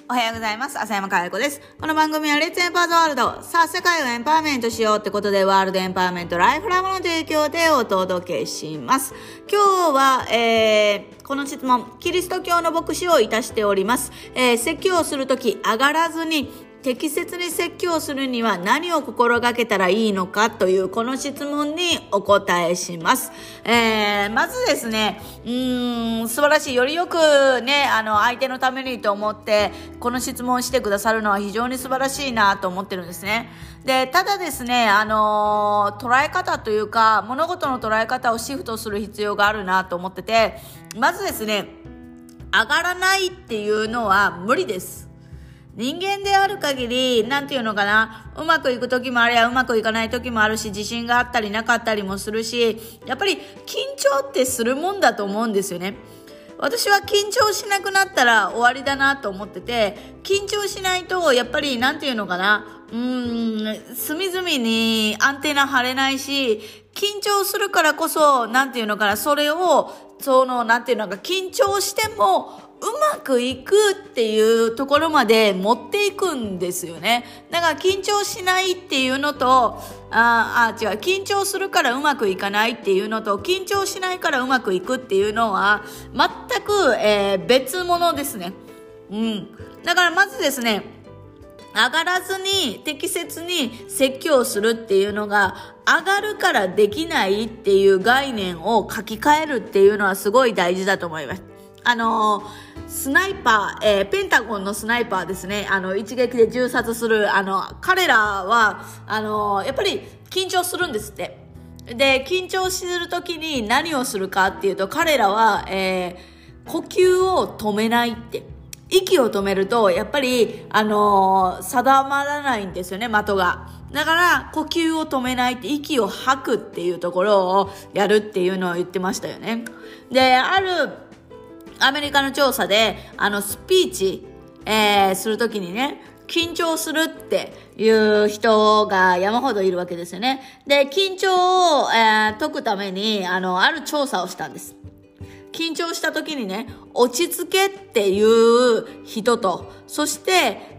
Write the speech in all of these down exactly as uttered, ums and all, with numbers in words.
おはようございます。浅山かや子です。この番組はレッツエンパワーズワールド。さあ、世界をエンパワーメントしようってことで、ワールドエンパワーメントライフラボの提供でお届けします。今日は、えー、この質問、キリスト教の牧師をいたしております。えー、説教をするとき、上がらずに、適切に説教するには何を心がけたらいいのかというこの質問にお答えします。えー、まずですね、うーん、素晴らしい。よりよくね、あの、相手のためにと思って、この質問をしてくださるのは非常に素晴らしいなと思ってるんですね。で、ただですね、あの、捉え方というか、物事の捉え方をシフトする必要があるなと思ってて、まずですね、上がらないっていうのは無理です。人間である限り、なんていうのかな、うまくいく時もあればうまくいかない時もあるし、自信があったりなかったりもするし、やっぱり緊張ってするもんだと思うんですよね。私は緊張しなくなったら終わりだなと思ってて、緊張しないと、やっぱりなんていうのかな、うーん、隅々にアンテナ張れないし、緊張するからこそ、なんていうのかな、それを、その、なんていうのか、緊張しても、うまくいくっていうところまで持っていくんですよね。だから緊張しないっていうのと、ああ、違う、緊張するからうまくいかないっていうのと、緊張しないからうまくいくっていうのは、全く、えー、別物ですね。うん。だからまずですね、上がらずに適切に説教するっていうのが、上がるからできないっていう概念を書き換えるっていうのはすごい大事だと思います。あのー、スナイパー、えー、ペンタゴンのスナイパーですね。あの、一撃で銃殺する、あの、彼らは、あのー、やっぱり緊張するんですって。で、緊張するときに何をするかっていうと、彼らは、えー、呼吸を止めないって。息を止めると、やっぱり、あのー、定まらないんですよね、的が。だから、呼吸を止めないって、息を吐くっていうところをやるっていうのを言ってましたよね。で、ある、アメリカの調査で、あの、スピーチ、えー、するときにね、緊張するっていう人が山ほどいるわけですよね。で、緊張を、えー、解くために、あの、ある調査をしたんです。緊張した時にね、落ち着けっていう人と、そして、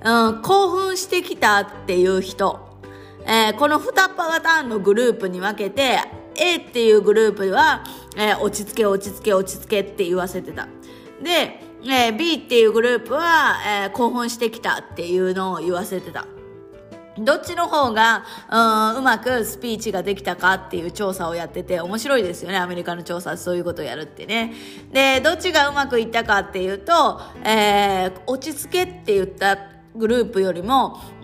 うん、興奮してきたっていう人、えー、このにパターンのグループに分けて、A っていうグループは、えー、落ち着け落ち着け落ち着けって言わせてた。で、えー、B っていうグループは、えー、興奮してきたっていうのを言わせてた。どっちの方が、うん、うまくスピーチができたかっていう調査をやってて面白いですよね。アメリカの調査はそういうことをやるってね。で、どっちがうまくいったかっていうと、えー、落ち着けって言ったグループよりも、うん、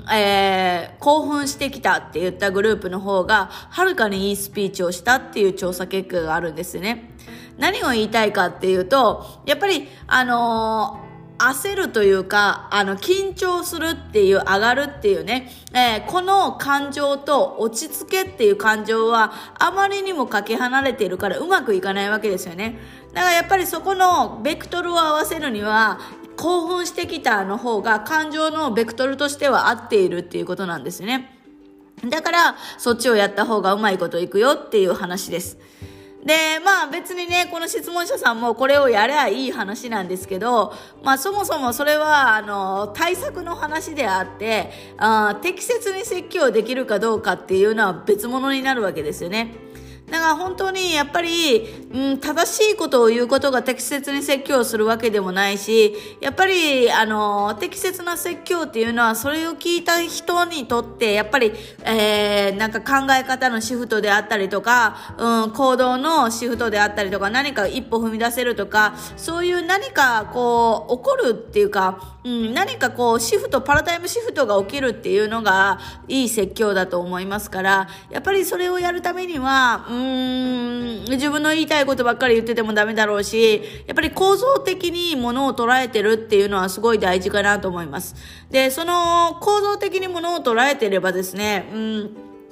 えー、興奮してきたって言ったグループの方がはるかにいいスピーチをしたっていう調査結果があるんですね。何を言いたいかっていうと、やっぱりあのー焦るというか、あの、緊張するっていう、上がるっていうね、えー、この感情と落ち着けっていう感情は、あまりにもかけ離れているからうまくいかないわけですよね。だからやっぱりそこのベクトルを合わせるには、興奮してきたの方が感情のベクトルとしては合っているっていうことなんですね。だから、そっちをやった方がうまいこといくよっていう話です。で、まあ別にね、この質問者さんもこれをやればいい話なんですけど、まあそもそもそれは、あの、対策の話であって、あ、適切に説教できるかどうかっていうのは別物になるわけですよね。だから本当にやっぱり、うん、正しいことを言うことが適切に説教するわけでもないし、やっぱり、あの、適切な説教っていうのは、それを聞いた人にとって、やっぱり、えー、なんか考え方のシフトであったりとか、うん、行動のシフトであったりとか、何か一歩踏み出せるとか、そういう何かこう、起こるっていうか、うん、何かこう、シフト、パラダイムシフトが起きるっていうのが、いい説教だと思いますから、やっぱりそれをやるためには、うんうーん自分の言いたいことばっかり言っててもダメだろうし、やっぱり構造的にものを捉えてるっていうのはすごい大事かなと思います。で、その構造的にものを捉えてればですね、うん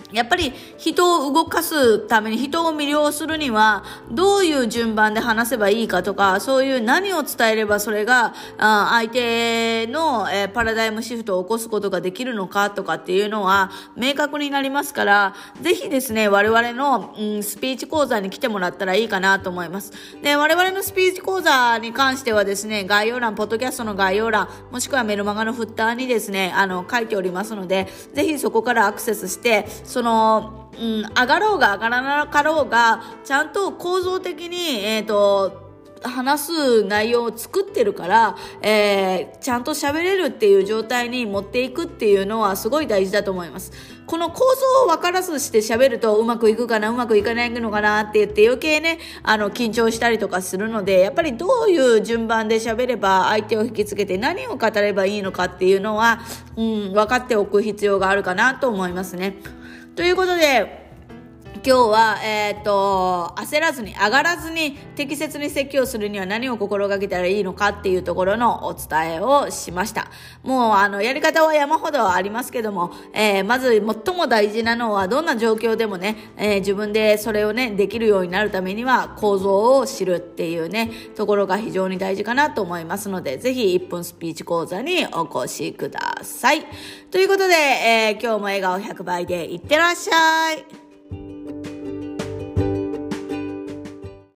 やっぱり人を動かすために、人を魅了するにはどういう順番で話せばいいかとか、そういう何を伝えればそれがあ相手の、えー、パラダイムシフトを起こすことができるのかとかっていうのは明確になりますから、ぜひですね我々の、うん、スピーチ講座に来てもらったらいいかなと思います。で、我々のスピーチ講座に関してはですね、概要欄、ポッドキャストの概要欄、もしくはメルマガのフッターにですねあの書いておりますので、ぜひそこからアクセスしてその、うん、上がろうが上がらなかろうがちゃんと構造的に、えーと話す内容を作ってるから、えー、ちゃんと喋れるっていう状態に持っていくっていうのはすごい大事だと思います。この構造を分からずして喋るとうまくいくかなうまくいかないのかなって言って余計ねあの緊張したりとかするので、やっぱりどういう順番で喋れば相手を引きつけて何を語ればいいのかっていうのは、うん、分かっておく必要があるかなと思いますね。ということで今日は、えっと、焦らずに、上がらずに適切に説教するには何を心がけたらいいのかっていうところのお伝えをしました。もう、あの、やり方は山ほどありますけども、えー、まず最も大事なのはどんな状況でもね、えー、自分でそれをね、できるようになるためには構造を知るっていうね、ところが非常に大事かなと思いますので、ぜひいっぷんスピーチ講座にお越しください。ということで、えー、今日も笑顔ひゃくばいでいってらっしゃい。